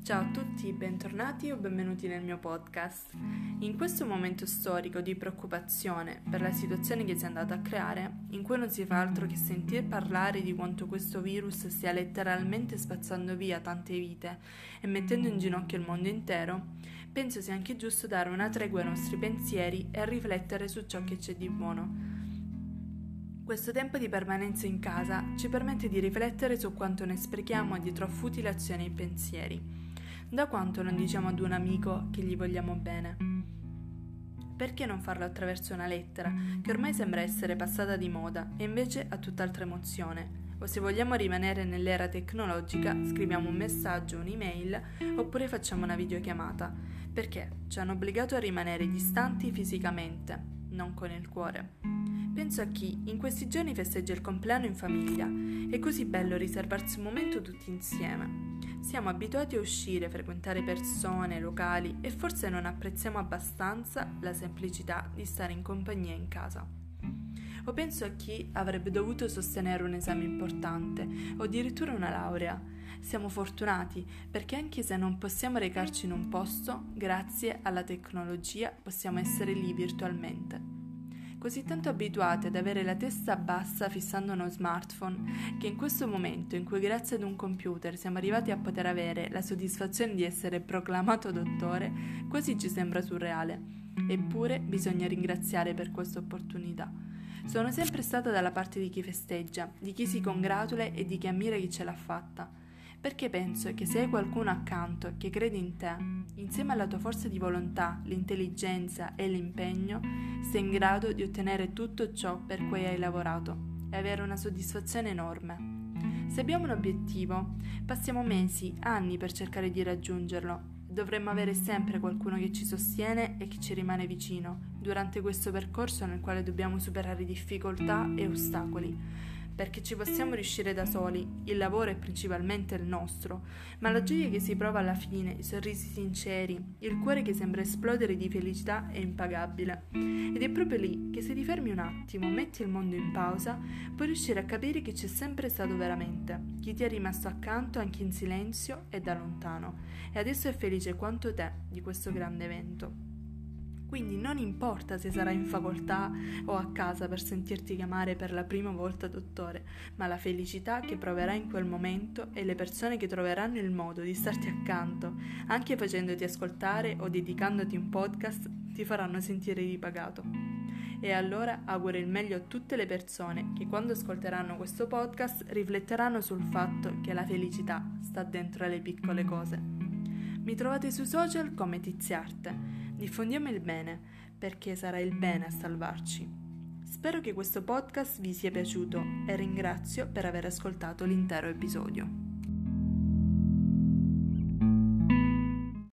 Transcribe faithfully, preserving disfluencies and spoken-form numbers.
Ciao a tutti, bentornati o benvenuti nel mio podcast. In questo momento storico di preoccupazione per la situazione che si è andata a creare, in cui non si fa altro che sentir parlare di quanto questo virus stia letteralmente spazzando via tante vite e mettendo in ginocchio il mondo intero, penso sia anche giusto dare una tregua ai nostri pensieri e riflettere su ciò che c'è di buono. Questo tempo di permanenza in casa ci permette di riflettere su quanto ne sprechiamo dietro a futili azioni e pensieri. Da quanto non diciamo ad un amico che gli vogliamo bene? Perché non farlo attraverso una lettera, che ormai sembra essere passata di moda e invece ha tutt'altra emozione? O se vogliamo rimanere nell'era tecnologica, scriviamo un messaggio, un'email, oppure facciamo una videochiamata, perché ci hanno obbligato a rimanere distanti fisicamente, non con il cuore. Penso a chi in questi giorni festeggia il compleanno in famiglia. È così bello riservarsi un momento tutti insieme. Siamo abituati a uscire, frequentare persone, locali e forse non apprezziamo abbastanza la semplicità di stare in compagnia in casa. O penso a chi avrebbe dovuto sostenere un esame importante o addirittura una laurea. Siamo fortunati perché anche se non possiamo recarci in un posto, grazie alla tecnologia possiamo essere lì virtualmente. Così tanto abituati ad avere la testa bassa fissando uno smartphone che in questo momento in cui grazie ad un computer siamo arrivati a poter avere la soddisfazione di essere proclamato dottore, quasi ci sembra surreale. Eppure bisogna ringraziare per questa opportunità. Sono sempre stata dalla parte di chi festeggia, di chi si congratula e di chi ammira chi ce l'ha fatta. Perché penso che se hai qualcuno accanto che crede in te, insieme alla tua forza di volontà, l'intelligenza e l'impegno, sei in grado di ottenere tutto ciò per cui hai lavorato e avere una soddisfazione enorme. Se abbiamo un obiettivo, passiamo mesi, anni per cercare di raggiungerlo. Dovremmo avere sempre qualcuno che ci sostiene e che ci rimane vicino durante questo percorso nel quale dobbiamo superare difficoltà e ostacoli. Perché ci possiamo riuscire da soli, il lavoro è principalmente il nostro, ma la gioia che si prova alla fine, i sorrisi sinceri, il cuore che sembra esplodere di felicità è impagabile. Ed è proprio lì che se ti fermi un attimo, metti il mondo in pausa, puoi riuscire a capire che c'è sempre stato veramente, chi ti è rimasto accanto anche in silenzio e da lontano, e adesso è felice quanto te di questo grande evento. Quindi non importa se sarai in facoltà o a casa per sentirti chiamare per la prima volta dottore, ma la felicità che proverai in quel momento e le persone che troveranno il modo di starti accanto, anche facendoti ascoltare o dedicandoti un podcast, ti faranno sentire ripagato. E allora auguro il meglio a tutte le persone che quando ascolteranno questo podcast rifletteranno sul fatto che la felicità sta dentro alle piccole cose. Mi trovate sui social come Tiziarte. Diffondiamo il bene, perché sarà il bene a salvarci. Spero che questo podcast vi sia piaciuto e ringrazio per aver ascoltato l'intero episodio.